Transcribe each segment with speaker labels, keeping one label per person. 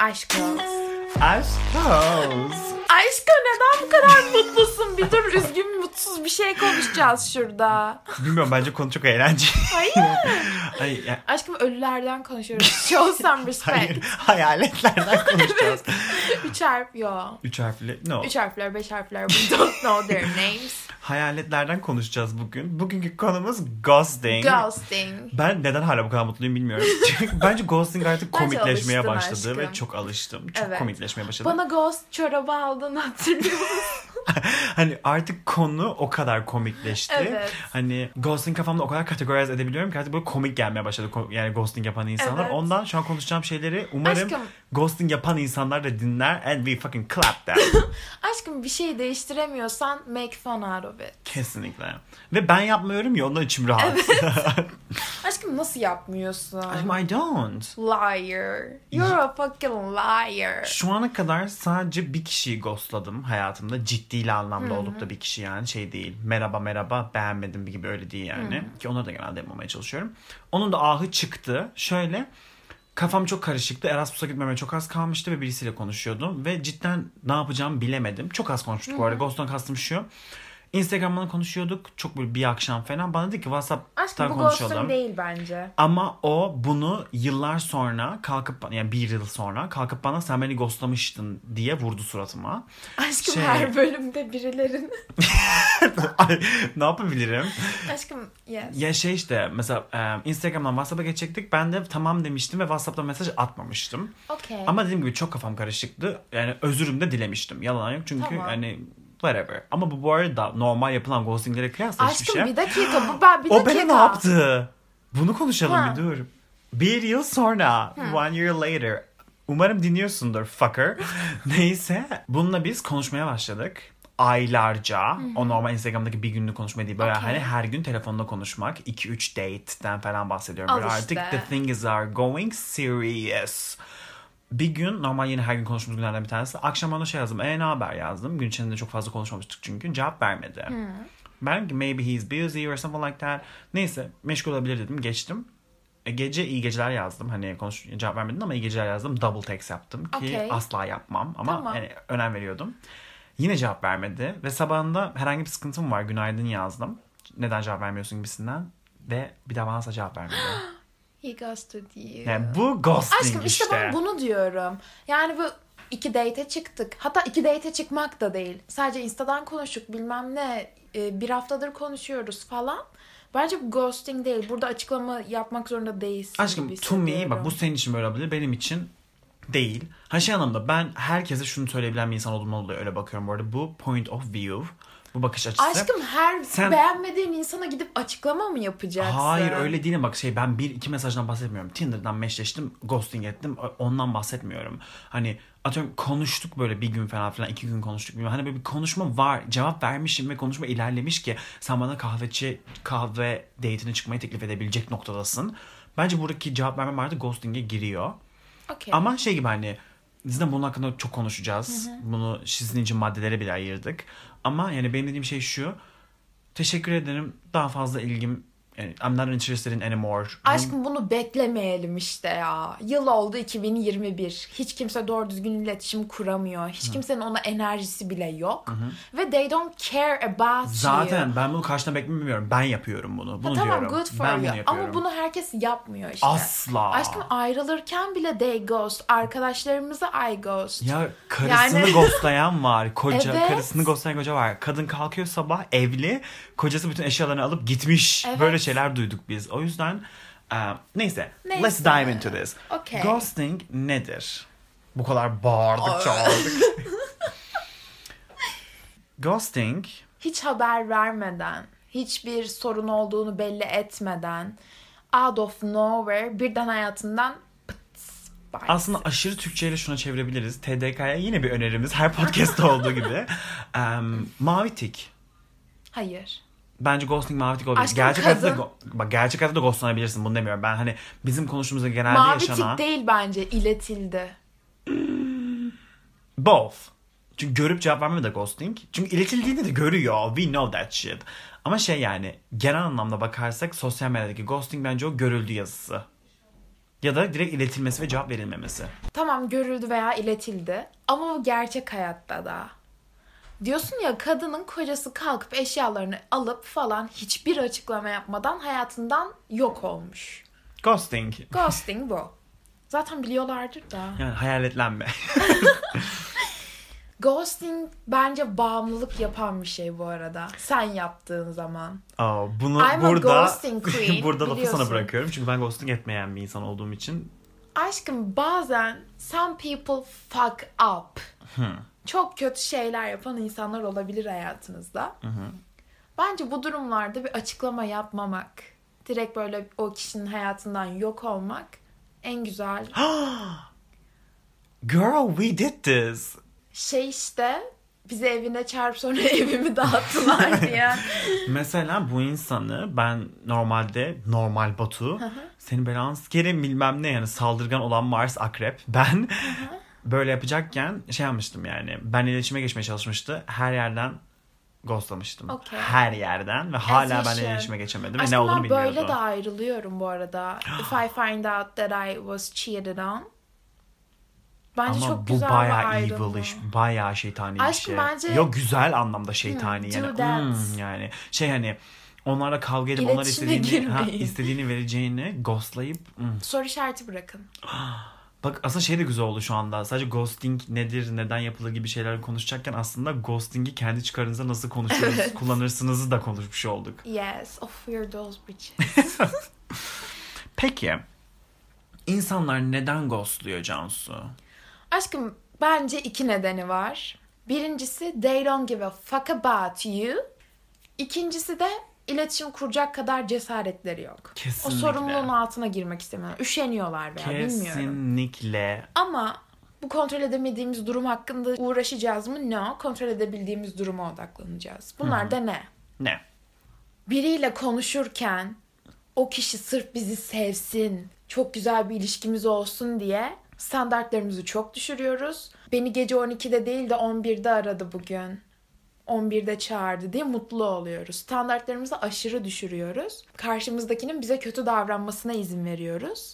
Speaker 1: Aşk olsun.
Speaker 2: Aşk olsun.
Speaker 1: Aşkım neden bu kadar mutlusun? Bir dur, üzgün mutsuz bir şey konuşacağız şurada.
Speaker 2: Bilmiyorum, bence konu çok eğlenceli.
Speaker 1: Hayır.
Speaker 2: Hayır. Yani,
Speaker 1: Aşkım ölülerden konuşuyoruz. Show some respect.
Speaker 2: hayır. Hayaletlerden konuşacağız.
Speaker 1: 3 harf yo.
Speaker 2: 3 harfli. No.
Speaker 1: 3 harfler, 5 harfler. We don't know their names.
Speaker 2: Hayaletlerden konuşacağız bugün. Bugünkü konumuz ghosting.
Speaker 1: Ghosting.
Speaker 2: Ben neden hala bu kadar mutluyum bilmiyorum. Çünkü bence ghosting artık
Speaker 1: Bence
Speaker 2: komikleşmeye
Speaker 1: alıştın
Speaker 2: başladı
Speaker 1: aşkım.
Speaker 2: ve çok alıştım. Çok
Speaker 1: Evet.
Speaker 2: komikleşmeye başladı.
Speaker 1: Bana ghost çorabı aldığını hatırlıyor musun?
Speaker 2: Hani artık konu o kadar komikleşti.
Speaker 1: Evet.
Speaker 2: Hani ghosting kafamda o kadar kategorize edebiliyorum ki artık böyle komik gelmeye başladı. Yani ghosting yapan insanlar.
Speaker 1: Evet.
Speaker 2: Ondan şu an konuşacağım şeyleri umarım
Speaker 1: Aşkım.
Speaker 2: ghosting yapan insanlar da dinler and we fucking clap that.
Speaker 1: Aşkım bir şey değiştiremiyorsan make fun out of it.
Speaker 2: Kesinlikle. Ve ben yapmıyorum ya, ondan içim rahat.
Speaker 1: Aşkım nasıl yapmıyorsun?
Speaker 2: Aşkım I don't.
Speaker 1: Liar. You're a fucking liar.
Speaker 2: Şu ana kadar sadece bir kişiyi ghostladım hayatımda. Ciddiyle anlamda olup da bir kişi, yani şey değil. Merhaba beğenmedim gibi, öyle değil yani. Ki onları da genelde yapmamaya çalışıyorum. Onun da ahı çıktı. Şöyle, kafam çok karışıktı. Erasmus'a gitmeme çok az kalmıştı ve birisiyle konuşuyordum. Ve cidden ne yapacağımı bilemedim. Çok az konuştuk bu arada. Ghost'tan kastım şu. Instagram'dan konuşuyorduk. Çok böyle bir akşam falan. Bana dedi ki WhatsApp'tan
Speaker 1: Aşkım bu
Speaker 2: konuşalım.
Speaker 1: ghosting değil bence.
Speaker 2: Ama o bunu yıllar sonra kalkıp, yani bir yıl sonra kalkıp bana sen beni ghostlamıştın diye vurdu suratıma.
Speaker 1: Aşkım her bölümde birilerin.
Speaker 2: Ay, ne yapabilirim?
Speaker 1: Aşkım yes.
Speaker 2: Ya şey işte mesela Instagram'dan WhatsApp'a geçecektik. Ben de tamam demiştim ve WhatsApp'tan mesaj atmamıştım.
Speaker 1: Okay.
Speaker 2: Ama dediğim gibi çok kafam karışıktı. Yani özürüm de dilemiştim. Yalan yok çünkü
Speaker 1: Tamam.
Speaker 2: hani whatever. Ama bu arada normal yapılan ghostinglere kıyasla hiçbir
Speaker 1: Aşkım
Speaker 2: şey.
Speaker 1: bir dakika bu ben bir
Speaker 2: O
Speaker 1: dakika.
Speaker 2: bana ne yaptı? Bunu konuşalım
Speaker 1: Ha.
Speaker 2: bir dur. Bir yıl sonra, 1 year later. Umarım dinliyorsundur fucker. Neyse, bununla biz konuşmaya başladık. Aylarca. O normal Instagram'daki bir günlük konuşma değil. Böyle
Speaker 1: Okay.
Speaker 2: hani her gün telefonda konuşmak. 2-3 date'den falan bahsediyorum. Böyle
Speaker 1: Al
Speaker 2: artık
Speaker 1: işte.
Speaker 2: the things are going serious. Bir gün, normal yine her gün konuştuğumuz günlerden bir tanesi. Akşam ona şey yazdım. Ne haber yazdım. Gün içinde çok fazla konuşmamıştık çünkü. Cevap vermedi. Ben ki maybe he's busy or something like that. Neyse, meşgul olabilir dedim. Geçtim. Gece iyi geceler yazdım. Hani cevap vermedin ama iyi geceler yazdım. Double text yaptım ki
Speaker 1: Okay.
Speaker 2: asla yapmam. Ama
Speaker 1: Tamam.
Speaker 2: hani önem veriyordum. Yine cevap vermedi. Ve sabahında herhangi bir sıkıntım var. Günaydın yazdım. Neden cevap vermiyorsun gibisinden. Ve bir daha bana asla cevap vermedi.
Speaker 1: He ghosted you.
Speaker 2: Yani bu ghosting
Speaker 1: Aşkım işte
Speaker 2: işte.
Speaker 1: ben bunu diyorum. Yani bu 2 date'e çıktık. Hatta 2 date'e çıkmak da değil. Sadece Insta'dan konuştuk bilmem ne. Bir haftadır konuşuyoruz falan. Bence bu ghosting değil. Burada açıklama yapmak zorunda değilsin.
Speaker 2: Aşkım
Speaker 1: gibi
Speaker 2: to me,
Speaker 1: hissediyorum.
Speaker 2: bak bu senin için böyle olabilir. Benim için değil. Ha şey anlamda, ben herkese şunu söyleyebilen bir insan olduğumdan dolayı öyle bakıyorum bu arada. Bu point of view. Bu bakış açısı.
Speaker 1: Aşkım her
Speaker 2: Sen-
Speaker 1: beğenmediğin insana gidip açıklama mı yapacaksın?
Speaker 2: Hayır öyle değil. Bak şey, ben 1-2 mesajdan bahsetmiyorum. Tinder'dan meşleştim, ghosting ettim. Ondan bahsetmiyorum. Hani atıyorum konuştuk böyle bir gün falan filan, 2 gün konuştuk. Hani böyle bir konuşma var. Cevap vermişim ve konuşma ilerlemiş ki sen bana kahve date'ine çıkmayı teklif edebilecek noktadasın. Bence buradaki cevap vermem artık ghosting'e giriyor.
Speaker 1: Okay.
Speaker 2: Ama şey gibi hani zaten bunun hakkında çok konuşacağız. Bunu sizin için maddelere bile ayırdık. Ama yani benim dediğim şey şu. Teşekkür ederim. Daha fazla ilgim, yani I'm not interested in anymore.
Speaker 1: Aşkım bunu beklemeyelim işte ya. Yıl oldu 2021. Hiç kimse doğru düzgün iletişim kuramıyor. Hiç kimsenin ona enerjisi bile yok. Ve they don't care about you.
Speaker 2: Zaten ben bunu karşına beklemiyorum. Ben yapıyorum bunu. Bunu
Speaker 1: Tamam
Speaker 2: diyorum.
Speaker 1: good for
Speaker 2: ben bunu
Speaker 1: you.
Speaker 2: yapıyorum.
Speaker 1: Ama bunu herkes yapmıyor işte.
Speaker 2: Asla.
Speaker 1: Aşkım ayrılırken bile they ghost. Arkadaşlarımızı I ghost.
Speaker 2: Ya karısını
Speaker 1: Yani-
Speaker 2: ghostlayan var. Koca,
Speaker 1: Evet.
Speaker 2: karısını ghostlayan koca var. Kadın kalkıyor sabah evli. Kocası bütün eşyalarını alıp gitmiş.
Speaker 1: Evet.
Speaker 2: Böyle şeyler duyduk biz. O yüzden neyse.
Speaker 1: Neyse.
Speaker 2: Let's dive into this.
Speaker 1: Okay.
Speaker 2: Ghosting nedir? Bu kadar bağırdık çağırdık. Ghosting
Speaker 1: Hiç haber vermeden, hiçbir sorun olduğunu belli etmeden, out of nowhere birden hayatından pıts, bye.
Speaker 2: aslında aşırı Türkçeyle şuna çevirebiliriz. TDK'ya yine bir önerimiz. Her podcast'ta olduğu gibi. Mavi tik.
Speaker 1: Hayır.
Speaker 2: Bence ghosting mavi tik olabilir.
Speaker 1: Aşkım
Speaker 2: Gerçek
Speaker 1: kadın-
Speaker 2: hayatta bak gerçek hayatta da ghostlanabilirsin. Bunu demiyorum. Ben hani bizim konuştuğumuzda genelde
Speaker 1: Mavi
Speaker 2: yaşanan
Speaker 1: tik değil bence, iletildi.
Speaker 2: both. Çünkü görüp cevap vermeme de ghosting. Çünkü iletildiğinde de görüyor. We know that shit. Ama şey yani genel anlamda bakarsak sosyal medyadaki ghosting bence o görüldü yazısı. Ya da direkt iletilmesi ve cevap verilmemesi.
Speaker 1: Tamam, görüldü veya iletildi. Ama bu gerçek hayatta da. Diyorsun ya, kadının kocası kalkıp eşyalarını alıp falan hiçbir açıklama yapmadan hayatından yok olmuş.
Speaker 2: Ghosting.
Speaker 1: Ghosting bu. Zaten biliyorlardır da.
Speaker 2: Yani hayaletlenme.
Speaker 1: Ghosting bence bağımlılık yapan bir şey bu arada. Sen yaptığın zaman.
Speaker 2: Bunu
Speaker 1: I'm a ghosting queen,
Speaker 2: burada lafı
Speaker 1: biliyorsun.
Speaker 2: sana bırakıyorum. Çünkü ben ghosting etmeyen bir insan olduğum için.
Speaker 1: Aşkım, bazen some people fuck up. Çok kötü şeyler yapan insanlar olabilir hayatınızda. Bence bu durumlarda bir açıklama yapmamak, direkt böyle o kişinin hayatından yok olmak en güzel.
Speaker 2: Girl, we did this.
Speaker 1: Şey işte, bizi evine çağırıp sonra evimi dağıttılar diye.
Speaker 2: Mesela bu insanı ben normalde normal Batu, seni belanı sikerim bilmem ne, yani saldırgan olan Mars akrep. Ben böyle yapacakken şey yapmıştım yani. Ben iletişime geçmeye çalışmıştı. Her yerden ghostlamıştım.
Speaker 1: Okay.
Speaker 2: Her yerden ve hala ben iletişime geçemedim. Ve ne olduğunu bilmiyordu.
Speaker 1: Aslında böyle de ayrılıyorum bu arada. If I find out that I was cheated on. Bence
Speaker 2: ama
Speaker 1: çok
Speaker 2: bu
Speaker 1: güzel
Speaker 2: bayağı
Speaker 1: bir ayrılma.
Speaker 2: evil iş. Bayağı şeytani bir
Speaker 1: Aşkım,
Speaker 2: şey.
Speaker 1: bence...
Speaker 2: Yok, güzel anlamda şeytani.
Speaker 1: do
Speaker 2: Yani
Speaker 1: that.
Speaker 2: yani şey hani onlarla kavga edip
Speaker 1: İletişime
Speaker 2: onlar
Speaker 1: girmeyin.
Speaker 2: istediğini vereceğini ghostlayıp
Speaker 1: Soru işareti bırakın.
Speaker 2: Bak aslında şey de güzel oldu şu anda. Sadece ghosting nedir, neden yapılır gibi şeyler konuşacakken aslında ghosting'i kendi çıkarınıza nasıl konuşuruz,
Speaker 1: Evet.
Speaker 2: kullanırsınızı da konuşmuş olduk.
Speaker 1: Yes, of we're those bitches.
Speaker 2: Peki insanlar neden ghostluyor Cansu?
Speaker 1: Aşkım, bence 2 nedeni var. Birincisi, they don't give a fuck about you. İkincisi de iletişim kuracak kadar cesaretleri yok.
Speaker 2: Kesinlikle.
Speaker 1: O sorumluluğun altına girmek istemiyorlar. Üşeniyorlar veya bilmiyorum.
Speaker 2: Kesinlikle.
Speaker 1: Ama bu kontrol edemediğimiz durum hakkında uğraşacağız mı? No. Kontrol edebildiğimiz duruma odaklanacağız. Bunlar da ne?
Speaker 2: Ne?
Speaker 1: Biriyle konuşurken o kişi sırf bizi sevsin, çok güzel bir ilişkimiz olsun diye standartlarımızı çok düşürüyoruz. Beni gece 12'de değil de 11'de aradı bugün. 11'de çağırdı diye mutlu oluyoruz. Standartlarımızı aşırı düşürüyoruz. Karşımızdakinin bize kötü davranmasına izin veriyoruz.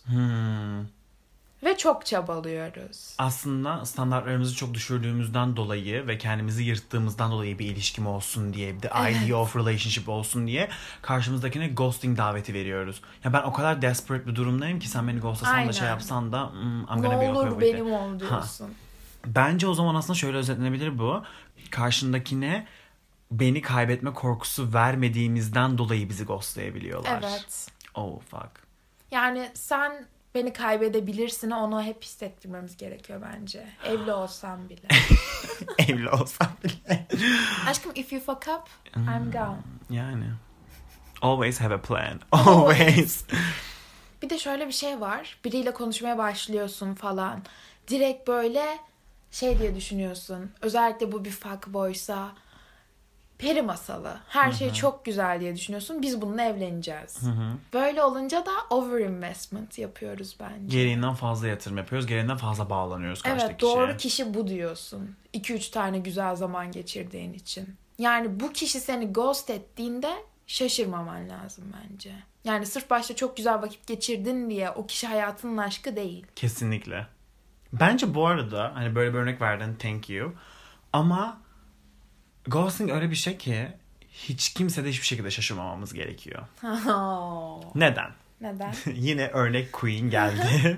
Speaker 1: Ve çok çabalıyoruz.
Speaker 2: Aslında standartlarımızı çok düşürdüğümüzden dolayı ve kendimizi yırttığımızdan dolayı bir ilişkim olsun diye, the idea of relationship olsun diye karşımızdakine ghosting daveti veriyoruz. Ya ben o kadar desperate bir durumdayım ki sen beni ghostlasan da şey yapsan da I'm
Speaker 1: Ne
Speaker 2: gonna be okay
Speaker 1: olur
Speaker 2: with
Speaker 1: benim
Speaker 2: it.
Speaker 1: ol diyorsun.
Speaker 2: Bence o zaman aslında şöyle özetlenebilir bu. Karşındakine beni kaybetme korkusu vermediğimizden dolayı bizi ghostlayabiliyorlar.
Speaker 1: Evet.
Speaker 2: Oh fuck.
Speaker 1: Yani sen beni kaybedebilirsin, onu hep hissettirmemiz gerekiyor bence. Evli olsam bile.
Speaker 2: Evli olsam bile.
Speaker 1: Aşkım, if you fuck up, I'm gone.
Speaker 2: Yani. Always have a plan. Always.
Speaker 1: Bir de şöyle bir şey var. Biriyle konuşmaya başlıyorsun falan. Direkt böyle şey diye düşünüyorsun. Özellikle bu bir fuckboysa peri masalı. Her şey çok güzel diye düşünüyorsun. Biz bununla evleneceğiz. Böyle olunca da overinvestment yapıyoruz bence.
Speaker 2: Gereğinden fazla yatırım yapıyoruz. Gereğinden fazla bağlanıyoruz karşıdaki
Speaker 1: Evet, doğru
Speaker 2: kişiye.
Speaker 1: kişi bu diyorsun. 2-3 tane güzel zaman geçirdiğin için. Yani bu kişi seni ghost ettiğinde şaşırmaman lazım bence. Yani sırf başta çok güzel vakit geçirdin diye o kişi hayatının aşkı değil.
Speaker 2: Kesinlikle. Bence bu arada hani böyle bir örnek verdin, thank you. Ama ghosting öyle bir şey ki hiç kimse de hiçbir şekilde şaşırmamamız gerekiyor. Neden?
Speaker 1: Neden?
Speaker 2: Yine örnek queen geldi.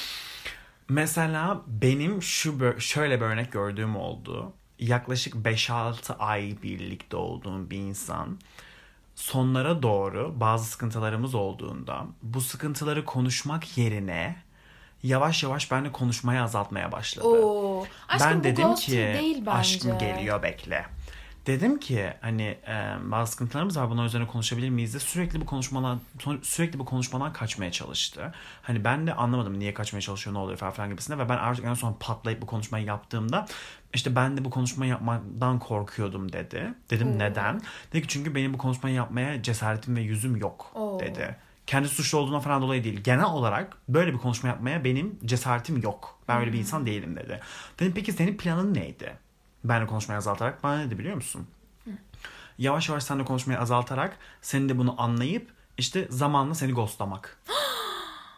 Speaker 2: Mesela benim şöyle bir örnek gördüğüm oldu. Yaklaşık 5-6 ay birlikte olduğum bir insan sonlara doğru bazı sıkıntılarımız olduğunda bu sıkıntıları konuşmak yerine yavaş yavaş benimle konuşmayı azaltmaya başladı.
Speaker 1: Aşkım,
Speaker 2: Ben
Speaker 1: bu
Speaker 2: dedim
Speaker 1: ghosting
Speaker 2: ki
Speaker 1: değil bence.
Speaker 2: aşkım geliyor bekle. Dedim ki hani bazı sıkıntılarımız var, bunlar üzerine konuşabilir miyiz de sürekli bu konuşmadan kaçmaya çalıştı. Hani ben de anlamadım niye kaçmaya çalışıyor, ne oluyor falan gibisinde ve ben artık en son patlayıp bu konuşmayı yaptığımda işte ben de bu konuşmayı yapmaktan korkuyordum dedi. Dedim neden? Dedi ki çünkü benim bu konuşmayı yapmaya cesaretim ve yüzüm yok dedi. Kendi suçlu olduğundan falan dolayı değil. Genel olarak böyle bir konuşma yapmaya benim cesaretim yok. Ben öyle bir insan değilim dedi. Dedim peki senin planın neydi? Benle konuşmayı azaltarak bana ne dedi biliyor musun? Yavaş yavaş seninle konuşmayı azaltarak senin de bunu anlayıp işte zamanla seni ghostlamak.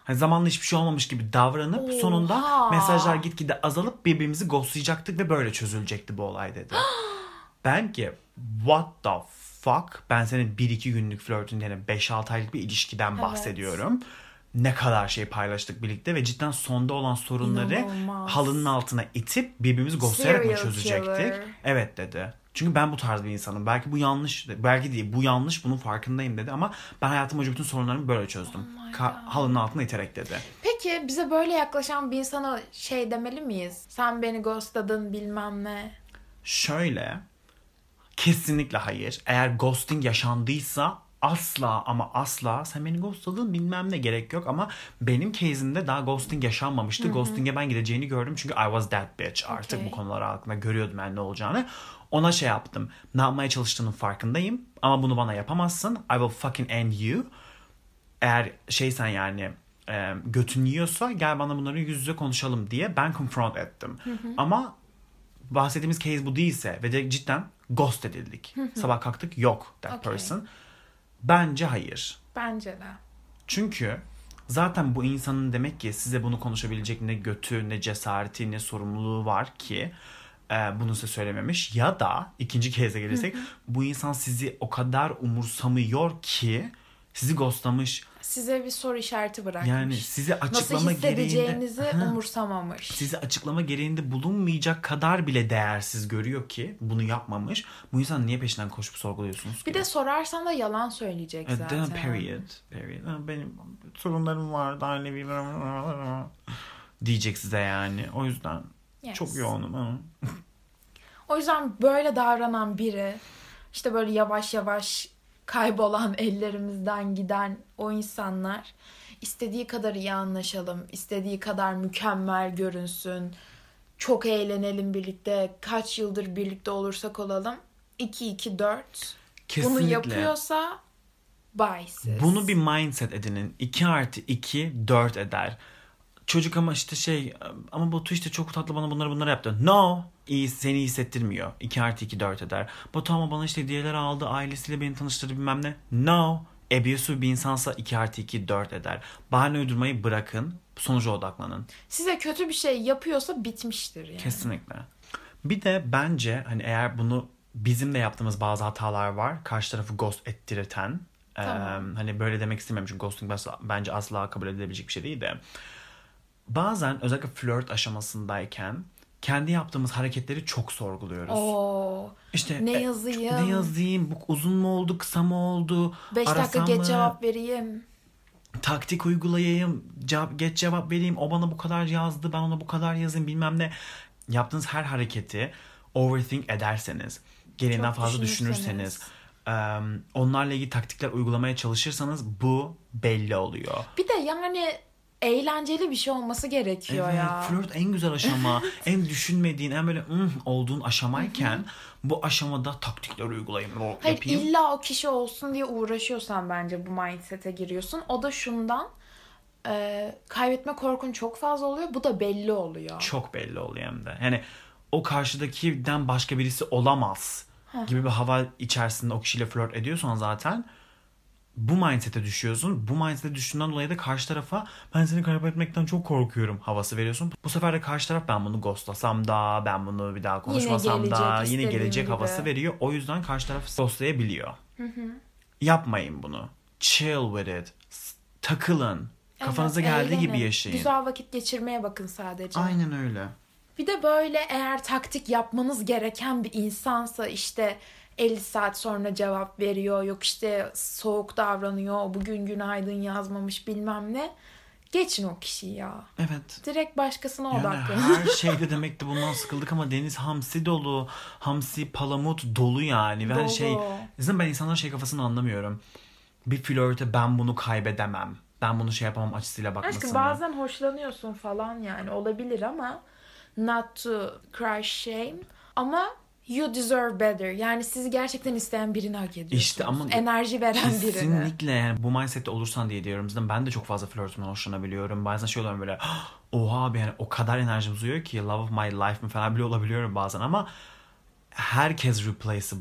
Speaker 2: Hani zamanla hiçbir şey olmamış gibi davranıp sonunda mesajlar gitgide azalıp birbirimizi ghostlayacaktık ve böyle çözülecekti bu olay dedi. Ben ki what the fuck? Ben senin 1-2 günlük flörtün yani 5-6 aylık bir ilişkiden bahsediyorum. Ne kadar şey paylaştık birlikte ve cidden sonda olan sorunları halının altına itip birbirimizi ghostlayarak mı çözecektik? Evet dedi. Çünkü ben bu tarz bir insanım. Belki bu yanlış, belki değil. Bu yanlış, bunun farkındayım dedi ama ben hayatım boyunca bütün sorunlarımı böyle çözdüm. Halının altına iterek dedi.
Speaker 1: Peki bize böyle yaklaşan bir insana şey demeli miyiz? Sen beni ghostladın bilmem ne.
Speaker 2: Şöyle, kesinlikle hayır. Eğer ghosting yaşandıysa asla ama asla sen beni ghostladın bilmem ne gerek yok ama benim case'imde daha ghosting yaşanmamıştı. Ghosting'e ben gideceğini gördüm çünkü I was that bitch. Artık bu konular hakkında görüyordum ben ne olacağını. Ona şey yaptım. Ne yapmaya çalıştığının farkındayım ama bunu bana yapamazsın. I will fucking end you. Eğer şeysen yani götün yiyorsa gel bana bunları yüz yüze konuşalım diye ben confront ettim. Ama bahsettiğimiz case bu değilse ve de cidden ghost edildik. Sabah kalktık yok that person. Bence hayır.
Speaker 1: Bence de.
Speaker 2: Çünkü zaten bu insanın demek ki size bunu konuşabilecek ne götü, ne cesareti, ne sorumluluğu var ki bunu size söylememiş. Ya da ikinci case'e gelirsek bu insan sizi o kadar umursamıyor ki sizi ghostlamış.
Speaker 1: Size bir soru işareti bırakmış.
Speaker 2: Yani sizi açıklama
Speaker 1: nasıl hissedeceğinizi umursamamış.
Speaker 2: Sizi açıklama gereğinde bulunmayacak kadar bile değersiz görüyor ki bunu yapmamış. Bu insan niye peşinden koşup sorguluyorsunuz ki?
Speaker 1: Bir de sorarsan da yalan söyleyecek zaten.
Speaker 2: Period. Benim sorunlarım var. Ailevi diyecek size yani. O yüzden çok yoğunum.
Speaker 1: O yüzden böyle davranan biri işte böyle yavaş yavaş kaybolan ellerimizden giden o insanlar istediği kadar iyi anlaşalım, istediği kadar mükemmel görünsün, çok eğlenelim birlikte, kaç yıldır birlikte olursak olalım 2-2-4
Speaker 2: Kesinlikle.
Speaker 1: bunu yapıyorsa bye siz.
Speaker 2: Bunu bir mindset edinin. 2+2 4 eder. Çocuk ama işte ama Batu işte çok tatlı bana bunları yaptı. No. Seni hissettirmiyor. 2+2 4 eder. Batu ama bana işte hediyeler aldı. Ailesiyle beni tanıştırdı bilmem ne. No. Abusive bir insansa 2+2 4 eder. Bahane uydurmayı bırakın. Sonuca odaklanın.
Speaker 1: Size kötü bir şey yapıyorsa bitmiştir yani.
Speaker 2: Kesinlikle. Bir de bence hani eğer bunu bizim de yaptığımız bazı hatalar var. Karşı tarafı ghost ettirten.
Speaker 1: Tamam.
Speaker 2: Hani böyle demek istemiyorum çünkü ghosting bence asla kabul edilebilecek bir şey değil de. Bazen özellikle flört aşamasındayken kendi yaptığımız hareketleri çok sorguluyoruz. İşte
Speaker 1: ne yazayım?
Speaker 2: Ne yazayım? Bu uzun mu oldu, kısa mı oldu?
Speaker 1: 5 dakika geç cevap vereyim.
Speaker 2: Taktik uygulayayım, geç cevap vereyim. O bana bu kadar yazdı, ben ona bu kadar yazayım bilmem ne. Yaptığınız her hareketi overthink ederseniz, gereğinden fazla düşünürseniz, onlarla ilgili taktikler uygulamaya çalışırsanız bu belli oluyor.
Speaker 1: Bir de yani eğlenceli bir şey olması gerekiyor ya.
Speaker 2: Flört en güzel aşama. En düşünmediğin, en böyle olduğun aşamayken bu aşamada taktikler uygulayayım.
Speaker 1: Hayır, illa o kişi olsun diye uğraşıyorsan bence bu mindset'e giriyorsun. O da şundan kaybetme korkun çok fazla oluyor. Bu da belli oluyor.
Speaker 2: Çok belli oluyor hem de. Yani o karşıdakiden başka birisi olamaz gibi bir hava içerisinde o kişiyle flört ediyorsan zaten bu mindset'e düşüyorsun. Bu mindset'e düştüğünden dolayı da karşı tarafa ben seni kaybetmekten çok korkuyorum havası veriyorsun. Bu sefer de karşı taraf ben bunu ghostlasam da, ben bunu bir daha konuşmasam da yine gelecek havası veriyor. O yüzden karşı tarafı ghostlayabiliyor. Yapmayın bunu. Chill with it. Takılın. Kafanıza geldiği gibi yaşayın.
Speaker 1: Güzel vakit geçirmeye bakın sadece.
Speaker 2: Aynen öyle.
Speaker 1: Bir de böyle eğer taktik yapmanız gereken bir insansa işte 50 saat sonra cevap veriyor. Yok işte soğuk davranıyor. Bugün günaydın yazmamış bilmem ne. Geçin o kişiyi ya.
Speaker 2: Evet.
Speaker 1: Direkt başkasına odaklanın.
Speaker 2: Yani her şeyde demek ki bundan sıkıldık ama deniz hamsi dolu. Hamsi palamut dolu yani.
Speaker 1: Dolu.
Speaker 2: Ben insanların kafasını anlamıyorum. Bir flörte ben bunu kaybedemem. Ben bunu yapamam açısıyla bakmasını.
Speaker 1: Aşkım bazen hoşlanıyorsun falan yani olabilir ama not to cry shame ama you deserve better. Yani sizi gerçekten isteyen birini hak ediyorsunuz. İşte ama enerji veren birini.
Speaker 2: Kesinlikle yani bu mindset'te olursan diye diyorum. Zaten ben de çok fazla flörtümden hoşlanabiliyorum. Bazen oluyorum böyle oha abi yani o kadar enerjim uzuyor ki love of my life mi falan bile olabiliyorum bazen ama herkes replaceable.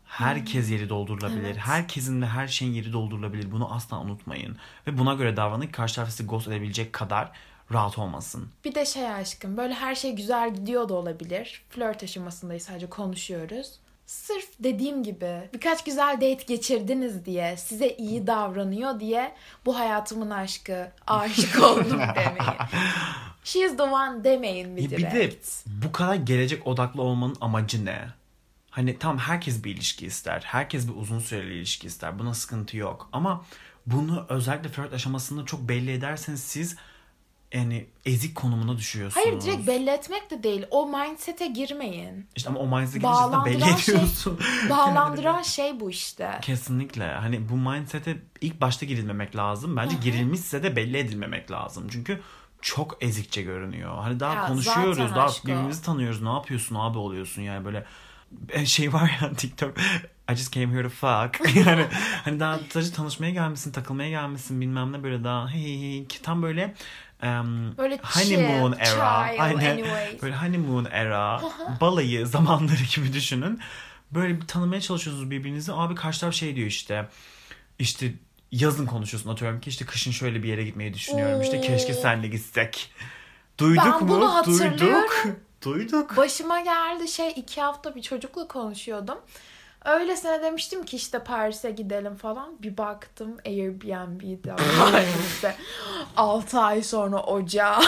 Speaker 2: Herkes yeri doldurulabilir.
Speaker 1: Evet.
Speaker 2: Herkesin ve her şeyin yeri doldurulabilir. Bunu asla unutmayın. Ve buna göre davranın ki karşı taraf sizi ghost edebilecek kadar rahat olmasın.
Speaker 1: Bir de şey aşkım, böyle her şey güzel gidiyor da olabilir. Flört aşamasındayız, sadece konuşuyoruz. Sırf dediğim gibi birkaç güzel date geçirdiniz diye, size iyi davranıyor diye bu hayatımın aşkı, aşık oldum demeyin. She's the one demeyin bir
Speaker 2: Bir de
Speaker 1: direkt.
Speaker 2: bu kadar gelecek odaklı olmanın amacı ne? Hani tamam, herkes bir ilişki ister. Herkes bir uzun süreli ilişki ister. Buna sıkıntı yok. Ama bunu özellikle flört aşamasında çok belli ederseniz siz yani ezik konumuna düşüyorsunuz.
Speaker 1: Hayır, direkt belli etmek de değil. O mindset'e girmeyin.
Speaker 2: İşte ama o mindset'e girince zaten belli ediyorsun.
Speaker 1: Bağlandıran şey bu işte.
Speaker 2: Kesinlikle. Hani bu mindset'e ilk başta girilmemek lazım. Bence girilmişse de belli edilmemek lazım. Çünkü çok ezikçe görünüyor. Hani daha
Speaker 1: Ya
Speaker 2: konuşuyoruz,
Speaker 1: zaten
Speaker 2: daha
Speaker 1: aşk o.
Speaker 2: birbirimizi tanıyoruz. Ne yapıyorsun abi oluyorsun yani böyle şey var ya TikTok. I just came here to fuck. Yani hani daha sadece tanışmaya gelmişsin, takılmaya gelmişsin bilmem ne, böyle daha hey ki tam böyle
Speaker 1: Böyle
Speaker 2: honeymoon
Speaker 1: chill,
Speaker 2: era.
Speaker 1: chill
Speaker 2: Aynen.
Speaker 1: anyways.
Speaker 2: Böyle honeymoon era, balayı zamanları gibi düşünün. Böyle bir tanımaya çalışıyorsunuz birbirinizi. Abi karşı taraf şey diyor işte yazın konuşuyorsun, atıyorum ki işte kışın şöyle bir yere gitmeyi düşünüyorum. İşte keşke senle gitsek. Duyduk
Speaker 1: Ben
Speaker 2: mu?
Speaker 1: bunu hatırlıyorum.
Speaker 2: Duyduk.
Speaker 1: Başıma geldi 2 hafta bir çocukla konuşuyordum. Öylesine demiştim ki işte Paris'e gidelim falan. Bir baktım Airbnb'de Paris'te. 6 ay sonra ocağa.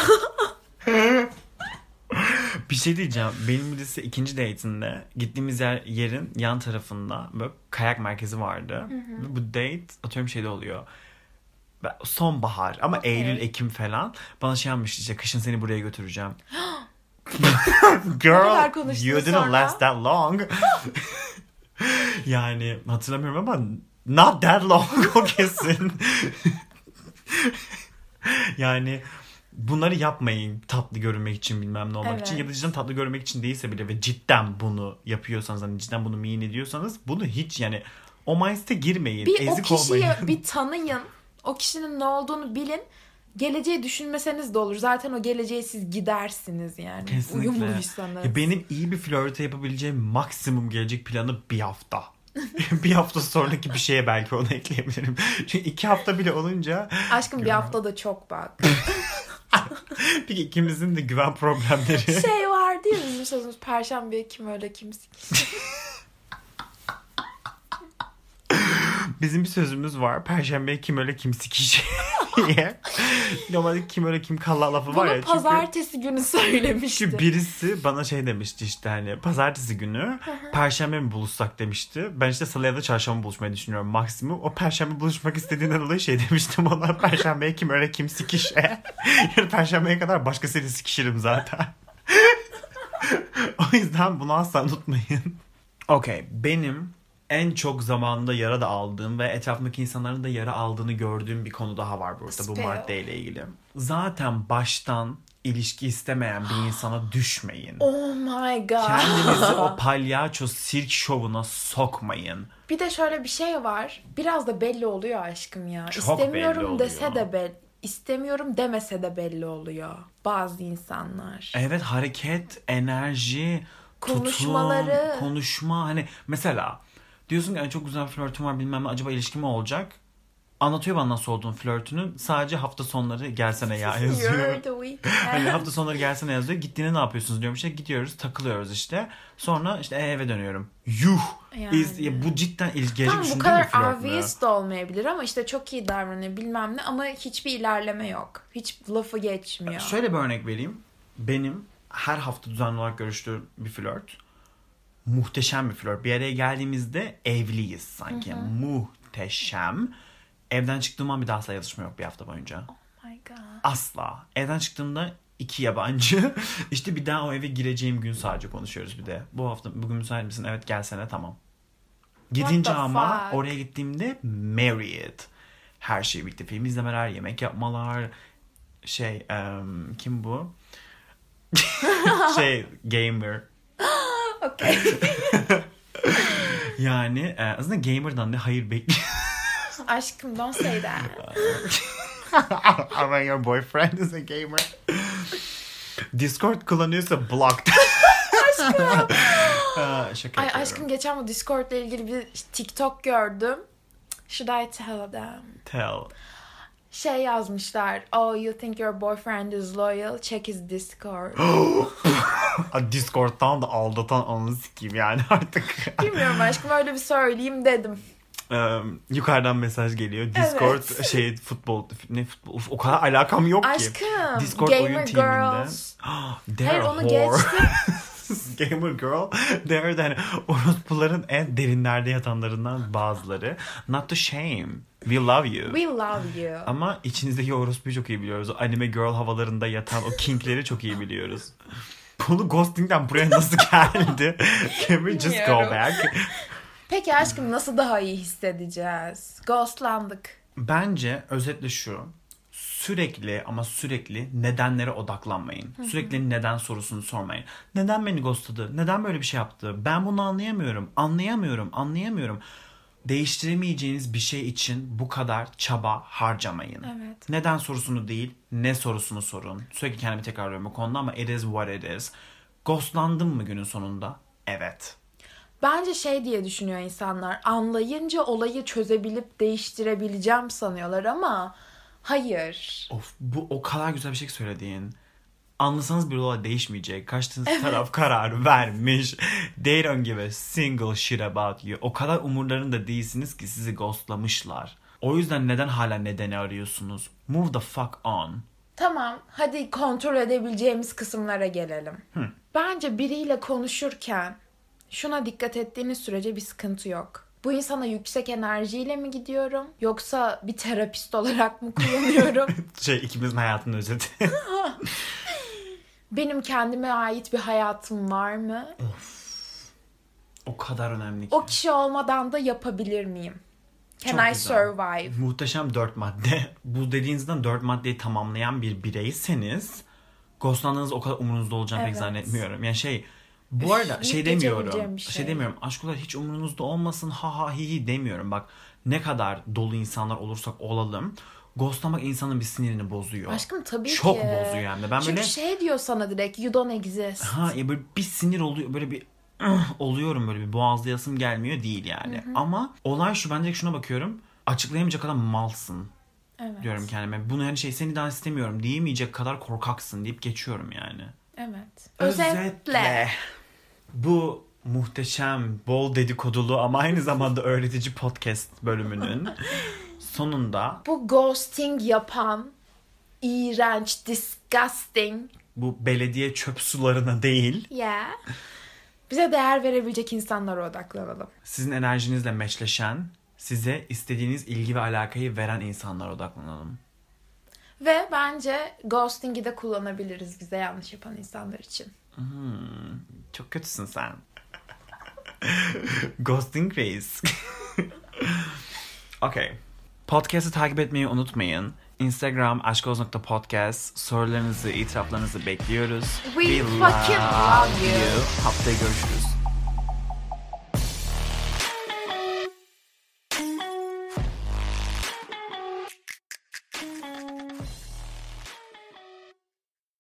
Speaker 2: Bir şey diyeceğim. Benim birisi ikinci date'inde gittiğimiz yerin yan tarafında böyle kayak merkezi vardı. Ve bu date atıyorum şeyde oluyor. Sonbahar ama
Speaker 1: Okay.
Speaker 2: Eylül, Ekim falan. Bana şey yapmıştı işte, kışın seni buraya götüreceğim. Girl,
Speaker 1: konuştunuz
Speaker 2: you didn't
Speaker 1: sonra?
Speaker 2: last that long. Yani hatırlamıyorum ama not that long o kesin. Yani bunları yapmayın tatlı görünmek için, bilmem ne olmak için, ya da cidden tatlı görünmek için değilse bile ve cidden bunu yapıyorsanız, hani cidden bunu mean ediyorsanız, bunu hiç yani o mindset'e girmeyin.
Speaker 1: Bir
Speaker 2: ezik
Speaker 1: o kişiyi
Speaker 2: olmayın.
Speaker 1: bir tanıyın. O kişinin ne olduğunu bilin. Geleceği düşünmeseniz de olur. Zaten o geleceğe siz gidersiniz yani.
Speaker 2: Kesinlikle.
Speaker 1: Uyumluysanız.
Speaker 2: Ya benim iyi bir flörte yapabileceğim maksimum gelecek planı bir hafta. Bir hafta sonraki bir şeye belki onu ekleyebilirim. Çünkü 2 hafta bile olunca...
Speaker 1: Aşkım bir hafta da çok bak.
Speaker 2: Peki ikimizin de güven problemleri.
Speaker 1: Şey var değil mi bizim sözümüz? Perşembe kim öyle kimse.
Speaker 2: Bizim bir sözümüz var. Perşembe kim öyle kim sikiş diye. Normalde kim öyle kim kalla lafı var ya.
Speaker 1: Bunu pazartesi günü söylemişti.
Speaker 2: Çünkü birisi bana şey demişti işte, hani pazartesi günü perşembe mi buluşsak demişti. Ben işte salı ya da çarşamba buluşmayı düşünüyorum maksimum. O perşembe buluşmak istediğinden dolayı şey demiştim ona, perşembeye kim öyle kim sikişe. Yani perşembeye kadar başkasıyla sikişirim zaten. O yüzden bunu asla unutmayın. Okey, benim en çok zamanında yara da aldığım ve etrafındaki insanların da yara aldığını gördüğüm bir konu daha var burada, bu madde ile ilgili. Zaten baştan ilişki istemeyen bir insana düşmeyin.
Speaker 1: Oh my god.
Speaker 2: Kendinizi o palyaço sirk şovuna sokmayın.
Speaker 1: Bir de şöyle bir şey var. Biraz da belli oluyor aşkım ya.
Speaker 2: Çok
Speaker 1: İstemiyorum
Speaker 2: belli oluyor.
Speaker 1: dese de belli. İstemiyorum demese de belli oluyor. Bazı insanlar.
Speaker 2: Evet, hareket, enerji,
Speaker 1: Konuşmaları.
Speaker 2: tutum, konuşma. Hani mesela diyorsun ki çok güzel flörtüm var bilmem ne, acaba ilişki mi olacak? Anlatıyor bana nasıl olduğunu flörtünün. Sadece hafta sonları gelsene ya yazıyor.
Speaker 1: You're the weekend.
Speaker 2: Hani hafta sonları gelsene yazıyor. Gittiğinde ne yapıyorsunuz diyorum, işte gidiyoruz takılıyoruz işte. Sonra işte eve dönüyorum. Yuh!
Speaker 1: Yani.
Speaker 2: Bu cidden gelecek
Speaker 1: Tamam, bu
Speaker 2: düşündüğüm
Speaker 1: kadar
Speaker 2: bir flört mü?
Speaker 1: obvious da olmayabilir ama işte çok iyi davranıyor bilmem ne ama hiçbir ilerleme yok. Hiç lafı geçmiyor.
Speaker 2: Şöyle bir örnek vereyim. Benim her hafta düzenli olarak görüştüğüm bir flört. Muhteşem bir flört. Bir araya geldiğimizde evliyiz sanki. Muhteşem. Evden çıktığım an bir daha asla yazışma yok bir hafta boyunca.
Speaker 1: Oh my god.
Speaker 2: Asla. Evden çıktığımda 2 yabancı. İşte bir daha o eve gireceğim gün sadece konuşuyoruz bir de. Bu hafta bugün müsait misin? Evet gelsene, tamam. Gidince ama
Speaker 1: fuck?
Speaker 2: oraya gittiğimde married. Her şey birlikte. Film izlemeler, yemek yapmalar. Kim bu? Gamer.
Speaker 1: Okay.
Speaker 2: Yani aslında gamer'dan da hayır bekliyorum.
Speaker 1: Aşkım don't say that.
Speaker 2: Ama your boyfriend is a gamer. Discord kullanıyorsa blocked.
Speaker 1: Aşkım.
Speaker 2: Şaka
Speaker 1: Ay
Speaker 2: yapıyorum.
Speaker 1: aşkım geçen bu Discord'la ilgili bir TikTok gördüm. Should I tell them?
Speaker 2: Tell.
Speaker 1: Şey yazmışlar. Oh, you think your boyfriend is loyal? Check his Discord.
Speaker 2: Discord'dan da aldatan anı sikeyim yani artık.
Speaker 1: Bilmiyorum aşkım, öyle bir söyleyeyim dedim.
Speaker 2: Yukarıdan mesaj geliyor. Discord futbol o kadar alakam yok ki.
Speaker 1: Aşkım.
Speaker 2: Discord
Speaker 1: Gamer
Speaker 2: oyun teaminde.
Speaker 1: Girls.
Speaker 2: They're
Speaker 1: Hayır, onu
Speaker 2: whore.
Speaker 1: geçtim.
Speaker 2: Gamer girl. They're de hani orospuların en derinlerde yatanlarından bazıları. Not to shame. We love you.
Speaker 1: We love you.
Speaker 2: Ama içinizdeki orospuyu çok iyi biliyoruz. O anime girl havalarında yatan o kinkleri çok iyi biliyoruz. Konu ghosting'den buraya nasıl geldi? Can we just go
Speaker 1: Bilmiyorum.
Speaker 2: back?
Speaker 1: Peki aşkım, nasıl daha iyi hissedeceğiz? Ghostlandık.
Speaker 2: Bence özetle şu. Sürekli nedenlere odaklanmayın. Sürekli neden sorusunu sormayın. Neden beni ghostladı? Neden böyle bir şey yaptı? Ben bunu anlayamıyorum. Değiştiremeyeceğiniz bir şey için bu kadar çaba harcamayın.
Speaker 1: Evet.
Speaker 2: Neden sorusunu değil, ne sorusunu sorun. Sürekli kendimi tekrarlıyorum bu konuda ama it is what it is. Ghostlandım mı günün sonunda? Evet.
Speaker 1: Bence şey diye düşünüyor insanlar. Anlayınca olayı çözebilip değiştirebileceğim sanıyorlar ama hayır.
Speaker 2: Of, bu o kadar güzel bir şey söylediğin. Anlasanız bir olay değişmeyecek. Karşınız taraf karar vermiş. They don't give a single shit about you. O kadar umurlarında değilsiniz ki sizi ghostlamışlar. O yüzden neden hala nedeni arıyorsunuz? Move the fuck on.
Speaker 1: Tamam, hadi kontrol edebileceğimiz kısımlara gelelim. Bence biriyle konuşurken şuna dikkat ettiğiniz sürece bir sıkıntı yok. Bu insana yüksek enerjiyle mi gidiyorum? Yoksa bir terapist olarak mı kullanıyorum?
Speaker 2: İkimizin hayatının özeti.
Speaker 1: Benim kendime ait bir hayatım var mı?
Speaker 2: O kadar önemli ki.
Speaker 1: O kişi olmadan da yapabilir miyim? Can
Speaker 2: Çok
Speaker 1: I
Speaker 2: güzel.
Speaker 1: survive?
Speaker 2: Muhteşem 4 madde. Bu dediğinizden 4 maddeyi tamamlayan bir bireyseniz ghostlandığınız o kadar umurunuzda olacağını pek
Speaker 1: Evet.
Speaker 2: zannetmiyorum. Yani bu arada
Speaker 1: deyip
Speaker 2: demiyorum.
Speaker 1: geçebileceğim bir şey.
Speaker 2: Demiyorum. Aşk olarak hiç umurunuzda olmasın ha ha hi hi demiyorum. Bak ne kadar dolu insanlar olursak olalım. Ghostlamak insanın bir sinirini bozuyor.
Speaker 1: Aşkım tabii ki.
Speaker 2: Çok bozuyor hem de. Ben
Speaker 1: Çünkü
Speaker 2: böyle
Speaker 1: diyor sana direkt, you don't exist.
Speaker 2: ya böyle bir sinir oluyor. Böyle bir oluyorum, böyle bir boğazlayasım gelmiyor değil yani. Ama olay şu, ben direkt şuna bakıyorum. Açıklayamayacak kadar malsın
Speaker 1: Evet.
Speaker 2: diyorum kendime. Bunu hani seni daha istemiyorum diyemeyecek kadar korkaksın deyip geçiyorum yani.
Speaker 1: Evet.
Speaker 2: Özetle. Bu muhteşem, bol dedikodulu ama aynı zamanda öğretici podcast bölümünün sonunda
Speaker 1: Bu ghosting yapan, iğrenç, disgusting,
Speaker 2: bu belediye çöp sularına değil,
Speaker 1: bize değer verebilecek insanlara odaklanalım.
Speaker 2: sizin enerjinizle meçleşen, size istediğiniz ilgi ve alakayı veren insanlara odaklanalım.
Speaker 1: Ve bence ghosting'i de kullanabiliriz bize yanlış yapan insanlar için.
Speaker 2: Çok kötüsün sen. Ghosting Reis. Okay. Podcast'ı takip etmeyi unutmayın. Instagram aşkoz.podcast. Sorularınızı, itiraflarınızı bekliyoruz.
Speaker 1: We fucking love you.
Speaker 2: Haftaya görüşürüz.